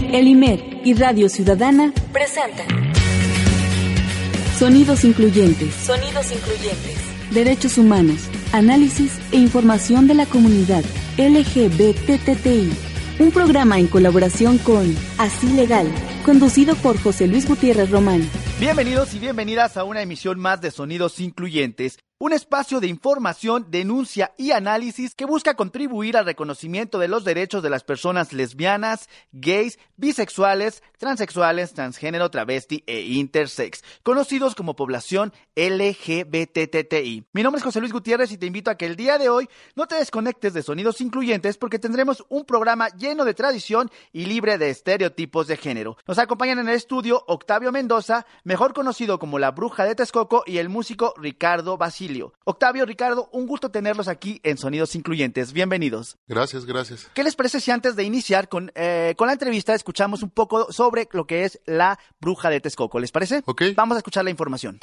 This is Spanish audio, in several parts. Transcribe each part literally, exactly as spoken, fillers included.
El I M E R y Radio Ciudadana presentan Sonidos Incluyentes. Sonidos Incluyentes. Derechos humanos, análisis e información de la comunidad L G B T T I. Un programa en colaboración con Así Legal, conducido por José Luis Gutiérrez Román. Bienvenidos y bienvenidas a una emisión más de Sonidos Incluyentes, un espacio de información, denuncia y análisis que busca contribuir al reconocimiento de los derechos de las personas lesbianas, gays, bisexuales, transexuales, transgénero, travesti e intersex, conocidos como población L G B T T I. Mi nombre es José Luis Gutiérrez y te invito a que el día de hoy no te desconectes de Sonidos Incluyentes porque tendremos un programa lleno de tradición y libre de estereotipos de género. Nos acompañan en el estudio Octavio Mendoza, mejor conocido como la Bruja de Texcoco, y el músico Ricardo Basilio. Octavio, Ricardo, un gusto tenerlos aquí en Sonidos Incluyentes. Bienvenidos. Gracias, gracias. ¿Qué les parece si antes de iniciar con, eh, con la entrevista escuchamos un poco sobre lo que es la Bruja de Texcoco? ¿Les parece? Ok. Vamos a escuchar la información.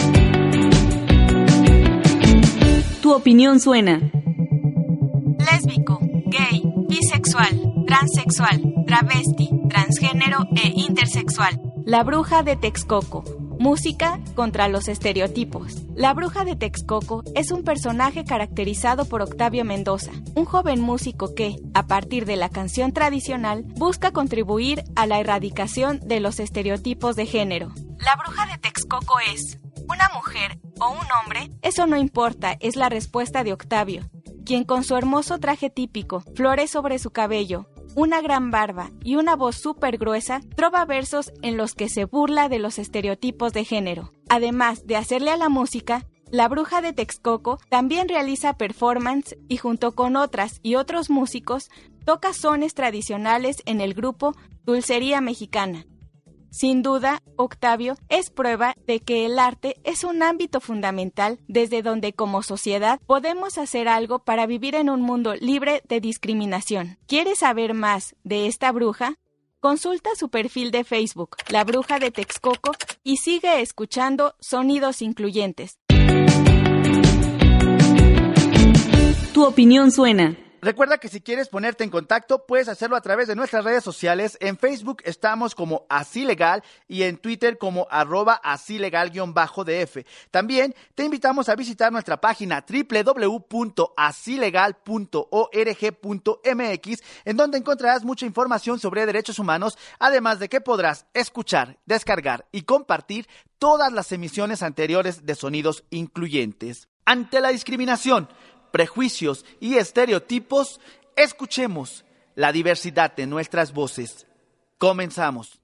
Tu opinión suena. Lésbico, gay, bisexual, transexual, travesti, transgénero e intersexual. La Bruja de Texcoco. Música contra los estereotipos. La Bruja de Texcoco es un personaje caracterizado por Octavio Mendoza, un joven músico que, a partir de la canción tradicional, busca contribuir a la erradicación de los estereotipos de género. La Bruja de Texcoco es una mujer o un hombre. Eso no importa, es la respuesta de Octavio, quien con su hermoso traje típico, flores sobre su cabello, una gran barba y una voz súper gruesa, trova versos en los que se burla de los estereotipos de género. Además de hacerle a la música, la Bruja de Texcoco también realiza performance y junto con otras y otros músicos, toca sones tradicionales en el grupo Dulcería Mexicana. Sin duda, Octavio es prueba de que el arte es un ámbito fundamental desde donde como sociedad podemos hacer algo para vivir en un mundo libre de discriminación. ¿Quieres saber más de esta bruja? Consulta su perfil de Facebook, La Bruja de Texcoco, y sigue escuchando Sonidos Incluyentes. Tu opinión suena. Recuerda que si quieres ponerte en contacto, puedes hacerlo a través de nuestras redes sociales. En Facebook estamos como Así Legal y en Twitter como arroba así legal guión bajo D F. También te invitamos a visitar nuestra página doble u doble u doble u punto así legal punto org punto m x, en donde encontrarás mucha información sobre derechos humanos, además de que podrás escuchar, descargar y compartir todas las emisiones anteriores de Sonidos Incluyentes. Ante la discriminación, prejuicios y estereotipos, escuchemos la diversidad de nuestras voces. Comenzamos.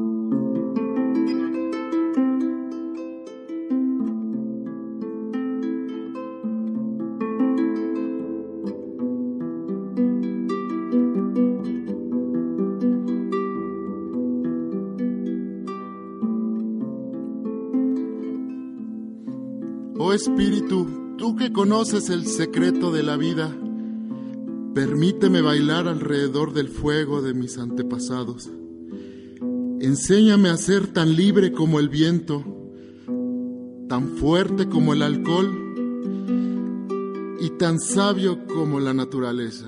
Oh Espíritu, tú que conoces el secreto de la vida, permíteme bailar alrededor del fuego de mis antepasados. Enséñame a ser tan libre como el viento, tan fuerte como el alcohol y tan sabio como la naturaleza.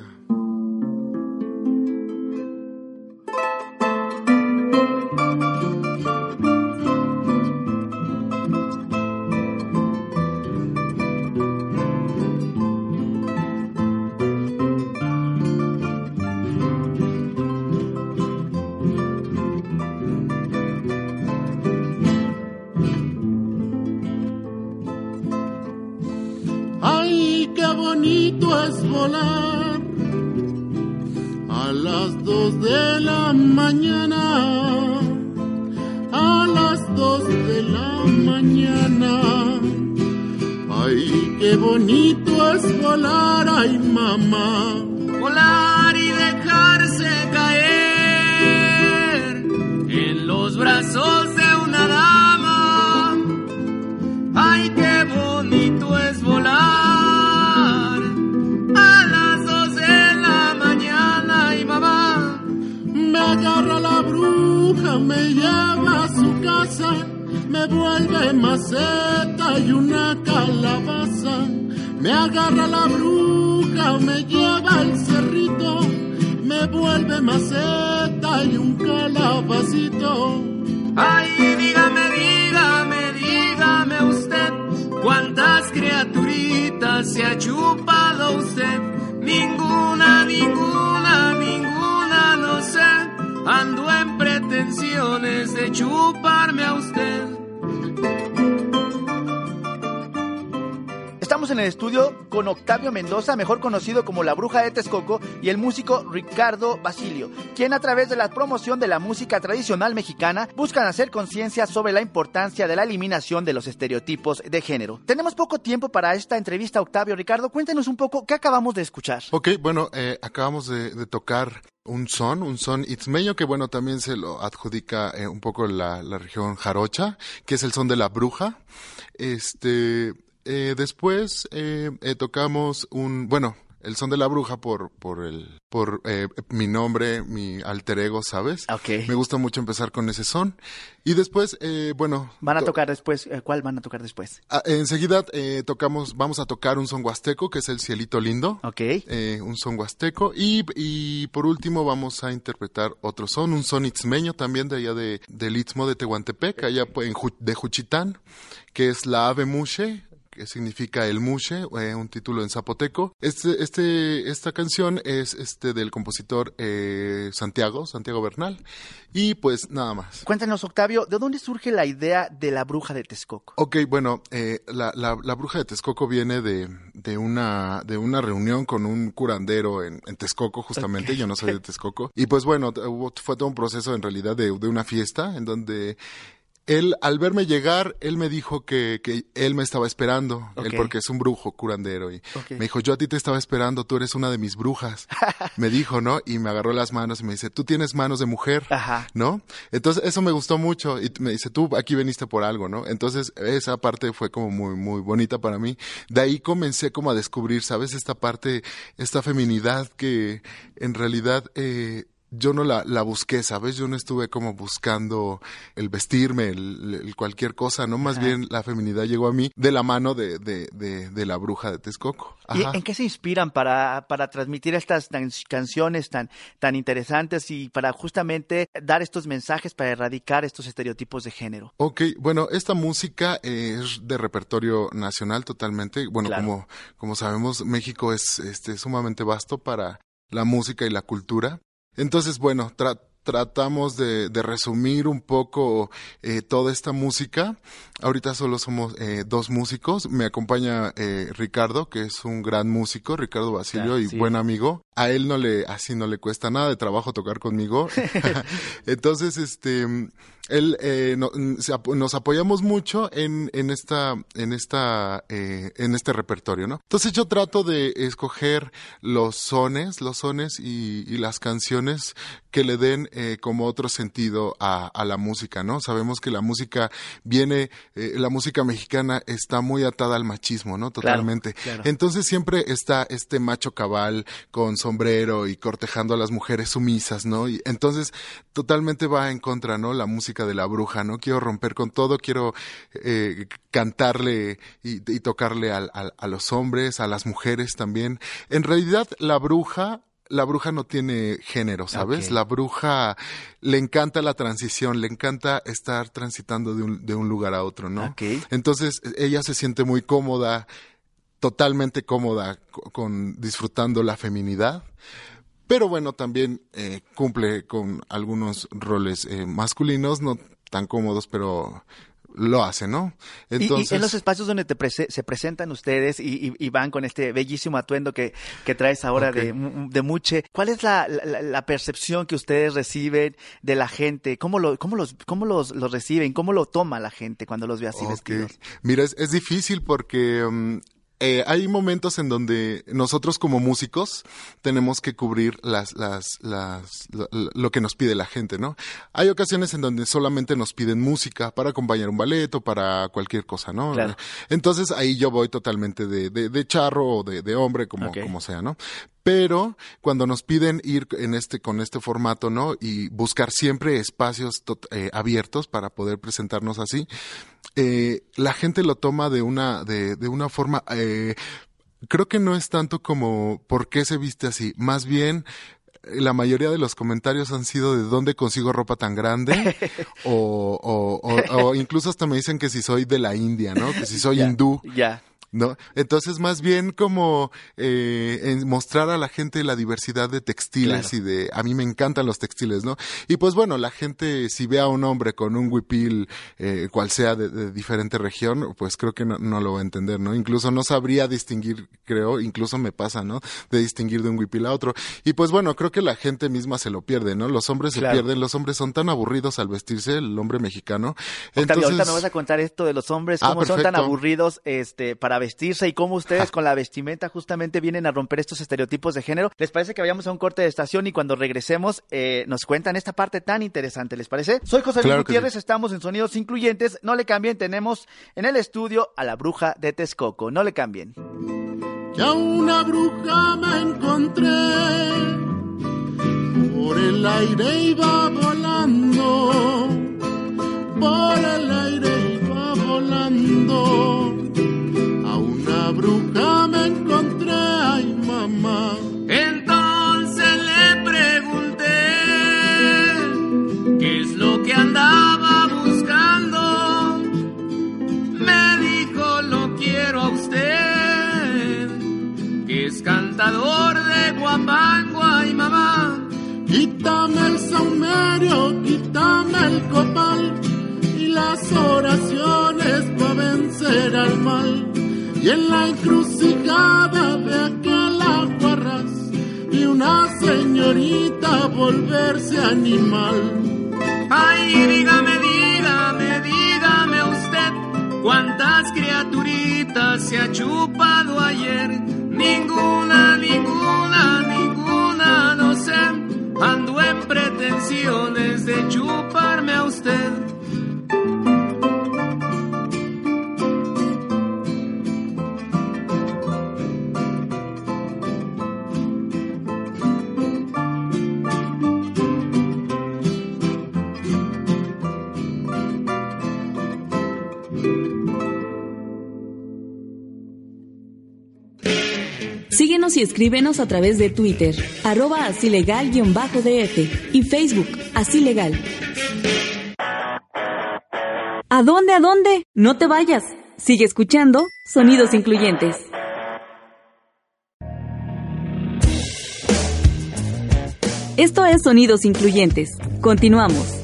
Volar a las dos de la mañana, a las dos de la mañana. Ay, qué bonito es volar, ay mamá. Volar y dejarse caer en los brazos de una dama. Ay, qué bonito es volar. Me agarra la bruja, me lleva a su casa, me vuelve maceta y una calabaza. Me agarra la bruja, me lleva al cerrito, me vuelve maceta galleta y un calabacito. Ay, dígame, dígame, dígame usted, ¿cuántas criaturitas se ha chupado usted? Ninguna, ninguna, ninguna, no sé. Ando en pretensiones de chuparme a usted. Estamos en el estudio con Octavio Mendoza, mejor conocido como La Bruja de Texcoco, y el músico Ricardo Basilio, quien a través de la promoción de la música tradicional mexicana buscan hacer conciencia sobre la importancia de la eliminación de los estereotipos de género. Tenemos poco tiempo para esta entrevista, Octavio. Ricardo, cuéntenos un poco, ¿qué acabamos de escuchar? Ok, bueno, eh, acabamos de, de tocar un son, un son itzmeño, que bueno, también se lo adjudica eh, un poco la, la región jarocha, que es el son de la bruja. Este... Eh, después eh, eh, tocamos un, bueno, el son de la bruja por por el por eh, mi nombre, mi alter ego, ¿sabes? Okay. Me gusta mucho empezar con ese son. Y después, eh, bueno... Van a to- tocar después, eh, ¿cuál van a tocar después? Ah, enseguida eh, tocamos, vamos a tocar un son huasteco, que es el Cielito Lindo. Ok. Eh, un son huasteco. Y, y por último vamos a interpretar otro son, un son itzmeño también de allá de, del Istmo de Tehuantepec, allá pues, en Ju- de Juchitán, que es la ave mushe, que significa el mushe, eh, un título en zapoteco. Este, este, esta canción es este del compositor eh, Santiago, Santiago Bernal, y pues nada más. Cuéntanos, Octavio, ¿de dónde surge la idea de La Bruja de Texcoco? Ok, bueno, eh, la, la, la Bruja de Texcoco viene de, de una de una reunión con un curandero en, en Texcoco, justamente. Okay. Yo no soy de Texcoco. Y pues bueno, hubo, fue todo un proceso en realidad de, de una fiesta en donde él, al verme llegar, él me dijo que, que él me estaba esperando, okay. Él porque es un brujo curandero, y okay. Me dijo, yo a ti te estaba esperando, tú eres una de mis brujas, me dijo, ¿no? Y me agarró las manos y me dice, tú tienes manos de mujer, ajá. ¿no? Entonces, eso me gustó mucho, y me dice, tú aquí veniste por algo, ¿no? Entonces, esa parte fue como muy, muy bonita para mí. De ahí comencé como a descubrir, ¿sabes? Esta parte, esta feminidad que en realidad... Eh, yo no la, la busqué, ¿sabes? Yo no estuve como buscando el vestirme, el, el cualquier cosa, ¿no? Más Ajá. bien la feminidad llegó a mí de la mano de, de, de, de la Bruja de Texcoco. Ajá. ¿Y en qué se inspiran para, para transmitir estas tan, canciones tan, tan interesantes y para justamente dar estos mensajes para erradicar estos estereotipos de género? Ok, bueno, esta música eh, es de repertorio nacional totalmente. Bueno, claro. como, como sabemos, México es este, sumamente vasto para la música y la cultura. Entonces, bueno, tra- tratamos de, de resumir un poco eh, toda esta música. Ahorita solo somos eh, dos músicos. Me acompaña eh, Ricardo, que es un gran músico, Ricardo Basilio, claro, y sí. buen amigo. A él no le, así no le cuesta nada de trabajo tocar conmigo. Entonces, este, él, eh, no, nos apoyamos mucho en, en esta, en esta, eh, en este repertorio, ¿no? Entonces yo trato de escoger los sones, los sones y, y las canciones que le den eh, como otro sentido a, a la música, ¿no? Sabemos que la música viene, eh, la música mexicana está muy atada al machismo, ¿no? Totalmente. Claro, claro. Entonces siempre está este macho cabal con sombrero y cortejando a las mujeres sumisas, ¿no? Y entonces totalmente va en contra, ¿no? La música de la bruja, ¿no? Quiero romper con todo, quiero eh, cantarle y, y tocarle a, a, a los hombres, a las mujeres también. En realidad la bruja La bruja no tiene género, ¿sabes? Okay. La bruja le encanta la transición, le encanta estar transitando de un, de un lugar a otro, ¿no? Okay. Entonces ella se siente muy cómoda, totalmente cómoda con disfrutando la feminidad, pero bueno, también eh, cumple con algunos roles eh, masculinos, no tan cómodos, pero lo hace, ¿no? Entonces, y, y en los espacios donde te prese- se presentan ustedes y, y, y van con este bellísimo atuendo que, que traes ahora okay. de, de Muche, ¿cuál es la, la, la percepción que ustedes reciben de la gente? ¿Cómo, lo, cómo, los, cómo los, los reciben? ¿Cómo lo toma la gente cuando los ve así okay. vestidos? Mira, es, es difícil porque... Um, Eh, hay momentos en donde nosotros como músicos tenemos que cubrir las, las, las, lo, lo que nos pide la gente, ¿no? Hay ocasiones en donde solamente nos piden música para acompañar un ballet o para cualquier cosa, ¿no? Claro. Entonces ahí yo voy totalmente de, de, de charro o de, de hombre, como, okay. como sea, ¿no? Pero cuando nos piden ir en este con este formato, ¿no? Y buscar siempre espacios tot, eh, abiertos para poder presentarnos así, eh, la gente lo toma de una de, de una forma, eh, creo que no es tanto como por qué se viste así, más bien la mayoría de los comentarios han sido de dónde consigo ropa tan grande o, o, o, o incluso hasta me dicen que si soy de la India, ¿no? Que si soy ya, hindú. Ya. ¿No? Entonces, más bien como eh, en mostrar a la gente la diversidad de textiles, claro. Y de, a mí me encantan los textiles, ¿no? Y pues bueno, la gente, si ve a un hombre con un huipil, eh, cual sea de, de diferente región, pues creo que no, no lo va a entender, ¿no? Incluso no sabría distinguir, creo, incluso me pasa, ¿no? De distinguir de un huipil a otro. Y pues bueno, creo que la gente misma se lo pierde, ¿no? Los hombres claro. se pierden, los hombres son tan aburridos al vestirse, el hombre mexicano. Octavio, Entonces... ahorita me vas a contar esto de los hombres, cómo ah, son tan aburridos, este, para vestirse y cómo ustedes con la vestimenta justamente vienen a romper estos estereotipos de género. ¿Les parece que vayamos a un corte de estación y cuando regresemos eh, nos cuentan esta parte tan interesante? ¿Les parece? Soy José Luis claro Gutiérrez, sí. Estamos en Sonidos Incluyentes. No le cambien, tenemos en el estudio a la bruja de Texcoco. No le cambien. Ya una bruja me encontré, por el aire iba volando, por el aire iba volando. La bruja me encontré, ay mamá. Entonces le pregunté qué es lo que andaba buscando. Me dijo, lo quiero a usted, que es cantador de guapango, ay mamá. Quítame el saumerio, quítame el copal y las oraciones para vencer al mal. Y en la encrucijada de aquel aguarrás y una señorita volverse animal. Ay, dígame, dígame, dígame usted, ¿cuántas criaturitas se ha chupado ayer? Ninguna, ninguna, ninguna, no sé, ando en pretensiones de chuparme a usted. Síguenos y escríbenos a través de Twitter, arroba así legal guión bajo D F y Facebook, así legal. ¿A dónde, a dónde? No te vayas. Sigue escuchando Sonidos Incluyentes. Esto es Sonidos Incluyentes. Continuamos.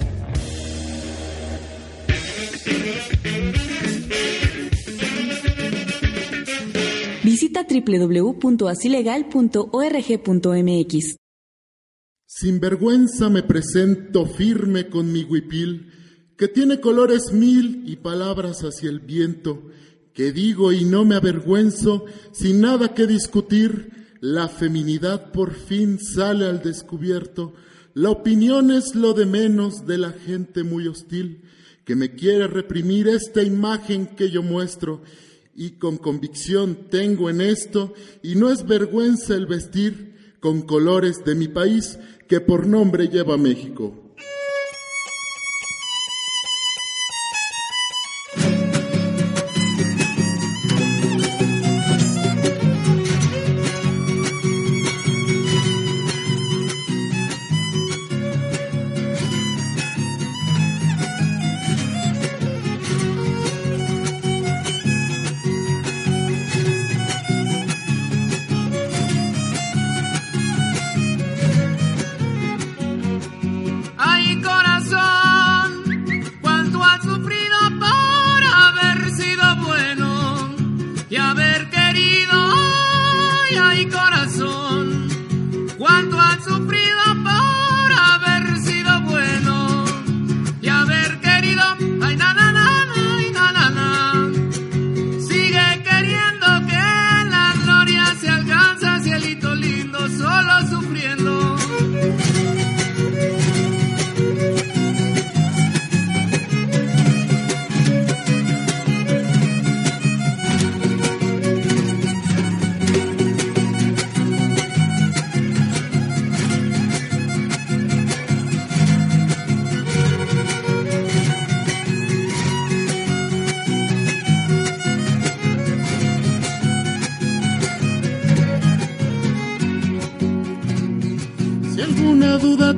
Visita doble u doble u doble u punto así legal punto org punto m x. Sin vergüenza me presento firme con mi huipil, que tiene colores mil y palabras hacia el viento, que digo y no me avergüenzo, sin nada que discutir, la feminidad por fin sale al descubierto, la opinión es lo de menos de la gente muy hostil, que me quiere reprimir esta imagen que yo muestro, y con convicción tengo en esto, y no es vergüenza el vestir con colores de mi país, que por nombre lleva México.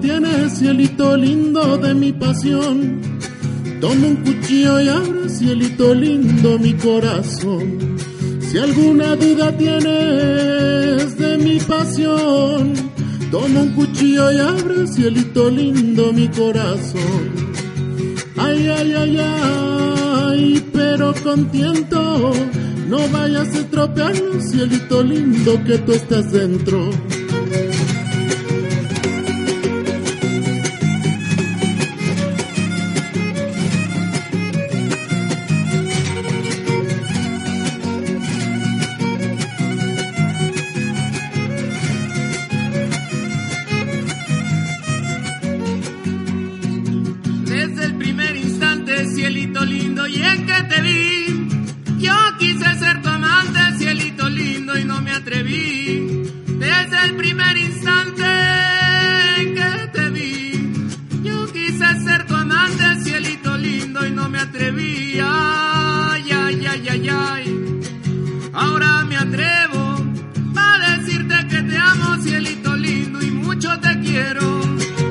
tienes, cielito lindo de mi pasión. Toma un cuchillo y abre, cielito lindo, mi corazón. Si alguna duda tienes de mi pasión, toma un cuchillo y abre, cielito lindo, mi corazón. Ay, ay, ay, ay, pero con tiento, no vayas a estropearlo, cielito lindo, que tú estás dentro. Cielito lindo, y en que te vi, yo quise ser tu amante, cielito lindo, y no me atreví. Desde el primer instante en que te vi, yo quise ser tu amante, cielito lindo, y no me atreví. Ay, ay, ay, ay, ay. Ahora me atrevo a decirte que te amo, cielito lindo, y mucho te quiero.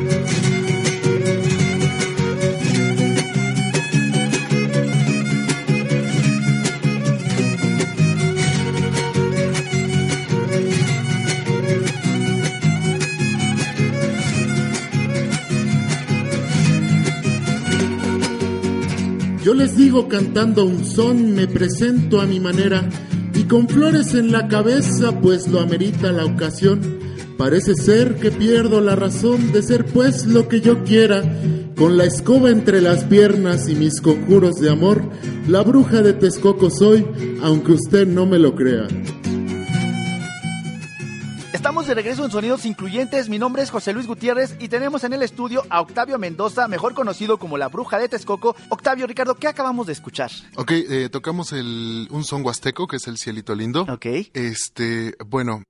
Yo les digo cantando un son, me presento a mi manera, y con flores en la cabeza, pues lo amerita la ocasión. Parece ser que pierdo la razón de ser pues lo que yo quiera, con la escoba entre las piernas y mis conjuros de amor, la bruja de Texcoco soy, aunque usted no me lo crea. Estamos de regreso en Sonidos Incluyentes. Mi nombre es José Luis Gutiérrez y tenemos en el estudio a Octavio Mendoza, mejor conocido como la Bruja de Texcoco. Octavio, Ricardo, ¿qué acabamos de escuchar? Ok, eh, tocamos el, un son huasteco, que es el Cielito Lindo. Ok. Este, bueno,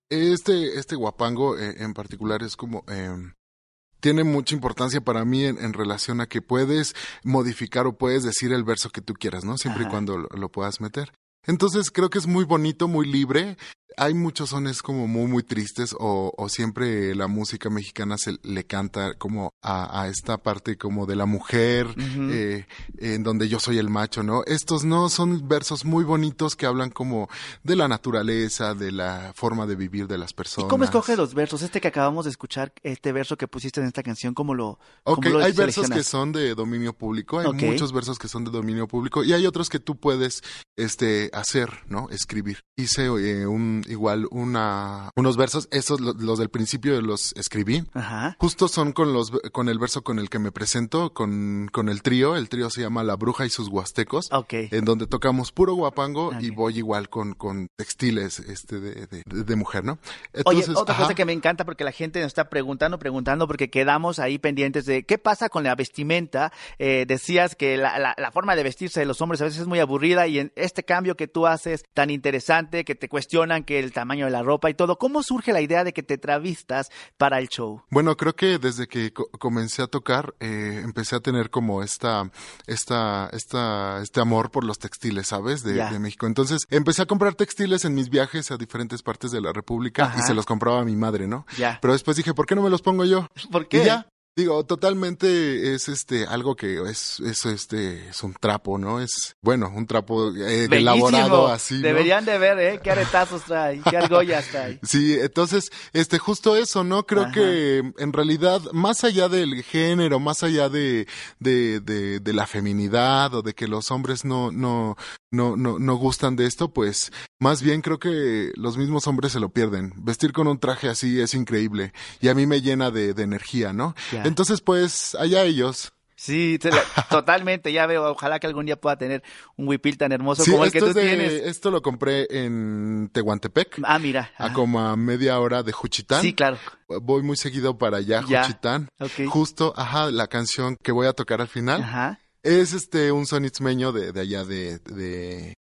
este, este guapango eh, en particular es como... Eh, tiene mucha importancia para mí en, en relación a que puedes modificar o puedes decir el verso que tú quieras, ¿no? Siempre Ajá. y cuando lo, lo puedas meter. Entonces creo que es muy bonito, muy libre. Hay muchos sones como muy, muy tristes o, o siempre la música mexicana se le canta como a, a esta parte como de la mujer, uh-huh. eh, en donde yo soy el macho, ¿no? Estos no son versos muy bonitos que hablan como de la naturaleza, de la forma de vivir de las personas. ¿Y cómo escoges los versos? Este que acabamos de escuchar, este verso que pusiste en esta canción, ¿cómo lo Ok, cómo lo hay versos que son de dominio público, hay okay. muchos versos que son de dominio público y hay otros que tú puedes este hacer, ¿no? Escribir. Hice eh, un igual una unos versos, esos los, los del principio los escribí. Ajá. Justo son con los con el verso con el que me presento, con con el trío, el trío se llama La Bruja y sus Huastecos, okay. en donde tocamos puro guapango okay. y voy igual con con textiles este de de, de, de mujer, ¿no? Entonces, oye, otra ajá. cosa que me encanta porque la gente nos está preguntando, preguntando porque quedamos ahí pendientes de qué pasa con la vestimenta. Eh, decías que la, la la forma de vestirse de los hombres a veces es muy aburrida y en este cambio que tú haces tan interesante, que te cuestionan que el tamaño de la ropa y todo, ¿cómo surge la idea de que te travestas para el show? Bueno, creo que desde que co- comencé a tocar, eh, empecé a tener como esta, esta, esta, este amor por los textiles, ¿sabes? De, yeah. de México. Entonces, empecé a comprar textiles en mis viajes a diferentes partes de la República Ajá. y se los compraba a mi madre, ¿no? Yeah. Pero después dije, ¿por qué no me los pongo yo? ¿Por qué? Y ya. Digo, totalmente es este algo que es, es este es un trapo, ¿no? Es bueno, un trapo eh, elaborado así, ¿no? Deberían de ver, ¿eh? Qué aretazos trae, qué argollas trae. Sí, entonces, este, justo eso, ¿no? Creo Ajá. que en realidad, más allá del género, más allá de, de, de, de la feminidad o de que los hombres no, no, no, no, no gustan de esto, pues, más bien creo que los mismos hombres se lo pierden. Vestir con un traje así es increíble y a mí me llena de, de energía, ¿no? Yeah. Entonces, pues, allá ellos. Sí, totalmente, ya veo, ojalá que algún día pueda tener un huipil tan hermoso sí, como el que tú de, tienes. Esto lo compré en Tehuantepec. Ah, mira. A como a media hora de Juchitán. Sí, claro. Voy muy seguido para allá, ya. Juchitán. Okay. Justo, ajá, la canción que voy a tocar al final. Ajá. Es este un sonitzmeño de, de allá de, de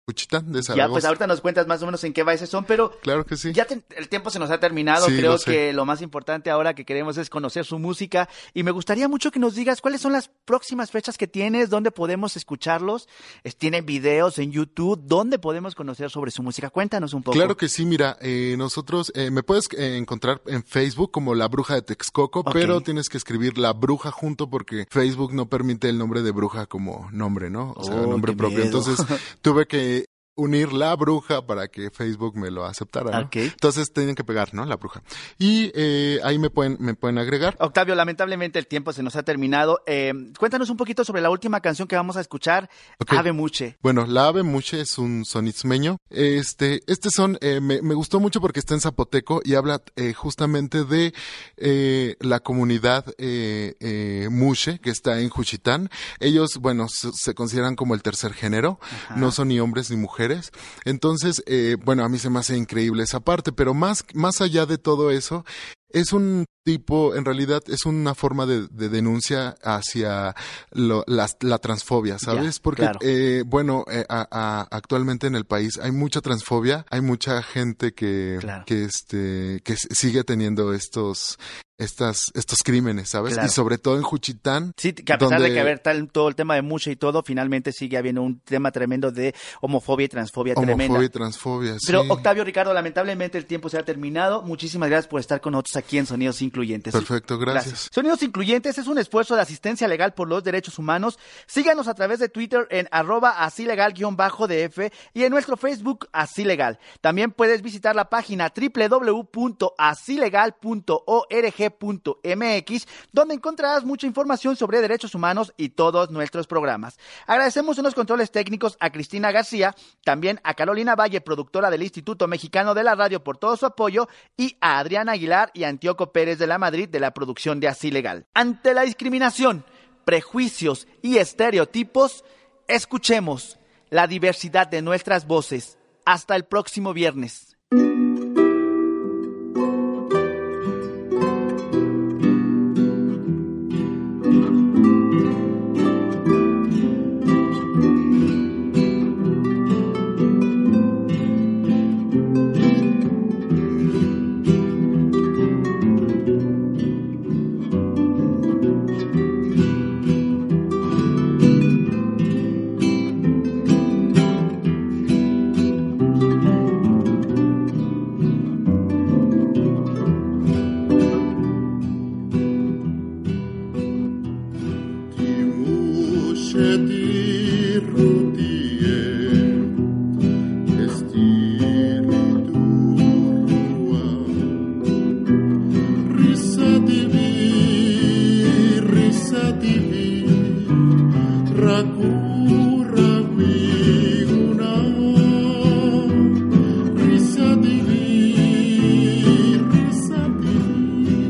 Juchitán, de Zaragoza. Ya, pues ahorita nos cuentas más o menos en qué bailes son, pero claro que sí. Ya te, el tiempo se nos ha terminado. Sí, Creo lo sé. que lo más importante ahora que queremos es conocer su música y me gustaría mucho que nos digas cuáles son las próximas fechas que tienes, dónde podemos escucharlos. ¿Tienen videos en YouTube? ¿Dónde podemos conocer sobre su música? Cuéntanos un poco. Claro que sí, mira, eh, nosotros, eh, me puedes eh, encontrar en Facebook como La Bruja de Texcoco, Okay. pero tienes que escribir La Bruja junto porque Facebook no permite el nombre de bruja como nombre, ¿no? O sea, Oh, nombre qué propio. miedo. Entonces, tuve que unir La Bruja para que Facebook me lo aceptara, ¿no? Okay. Entonces tienen que pegar, ¿no? La Bruja. Y eh, ahí me pueden me pueden agregar. Octavio, lamentablemente el tiempo se nos ha terminado. Eh, cuéntanos un poquito sobre la última canción que vamos a escuchar, Okay. Ave Muche. Bueno, la Ave Muche es un son itzmeño. Este, este son, eh, me, me gustó mucho porque está en zapoteco y habla eh, justamente de eh, la comunidad eh, eh, Muche que está en Juchitán. Ellos, bueno, se, se consideran como el tercer género. Ajá. No son ni hombres ni mujeres. Entonces, eh, bueno, a mí se me hace increíble esa parte, pero más, más allá de todo eso, es un tipo, en realidad, es una forma de, de denuncia hacia lo, la, la transfobia, ¿sabes? Ya, Porque, claro. eh, bueno, eh, a, a, actualmente en el país hay mucha transfobia, hay mucha gente que, Claro. que este, que sigue teniendo estos, estas, estos crímenes, ¿sabes? Claro. Y sobre todo en Juchitán. Sí, que a pesar donde- de que haber tal, todo el tema de Muche y todo, finalmente sigue habiendo un tema tremendo de homofobia y transfobia tremenda. Homofobia y transfobia, sí. Pero Octavio, Ricardo, lamentablemente el tiempo se ha terminado. Muchísimas gracias por estar con nosotros aquí en Sonidos Incluyentes. Perfecto, gracias. Sonidos Incluyentes es un esfuerzo de asistencia legal por los derechos humanos. Síganos a través de Twitter en arroba asilegal-df y en nuestro Facebook Asilegal. También puedes visitar la página doble u doble u doble u punto asilegal punto org punto m x, donde encontrarás mucha información sobre derechos humanos y todos nuestros programas. Agradecemos en los controles técnicos a Cristina García, también a Carolina Valle, productora del Instituto Mexicano de la Radio, por todo su apoyo, y a Adriana Aguilar y Antíoco Pérez de la Madrid de la producción de Así Legal. Ante la discriminación, prejuicios y estereotipos, escuchemos la diversidad de nuestras voces. Hasta el próximo viernes.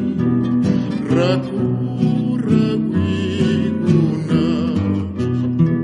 Rakura Wiguna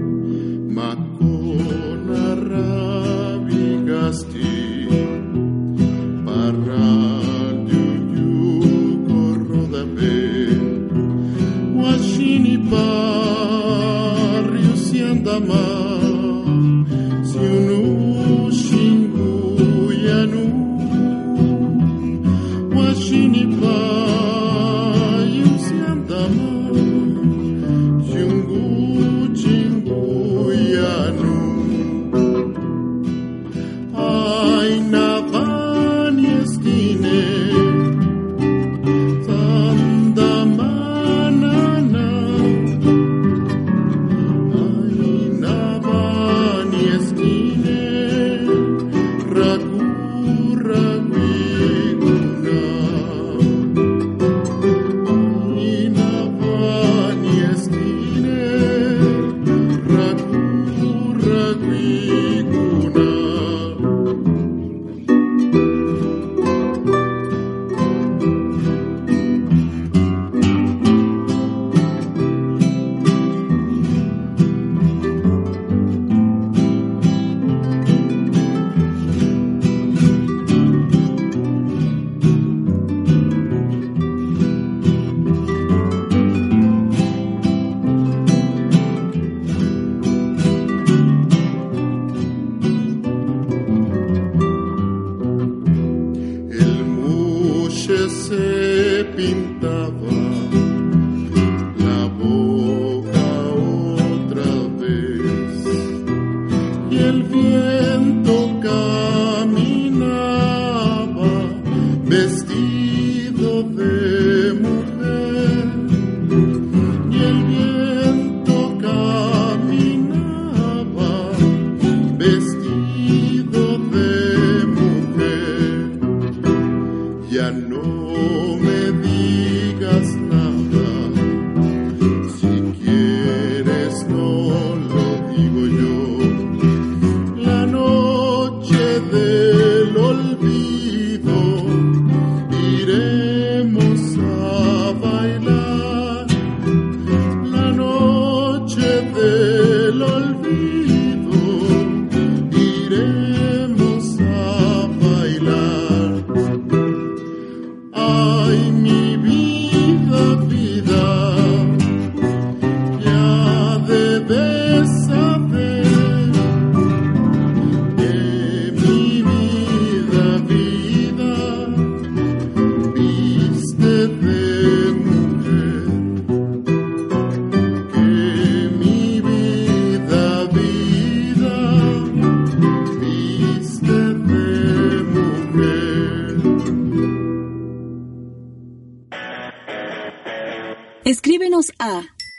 Escríbenos a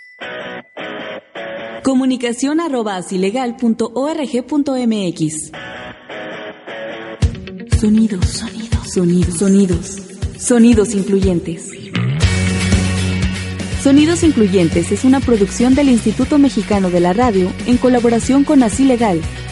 comunicación arroba asilegal punto org punto mx. Sonidos, sonidos, sonidos, sonidos, sonidos incluyentes. Sonidos Incluyentes es una producción del Instituto Mexicano de la Radio en colaboración con Así Legal,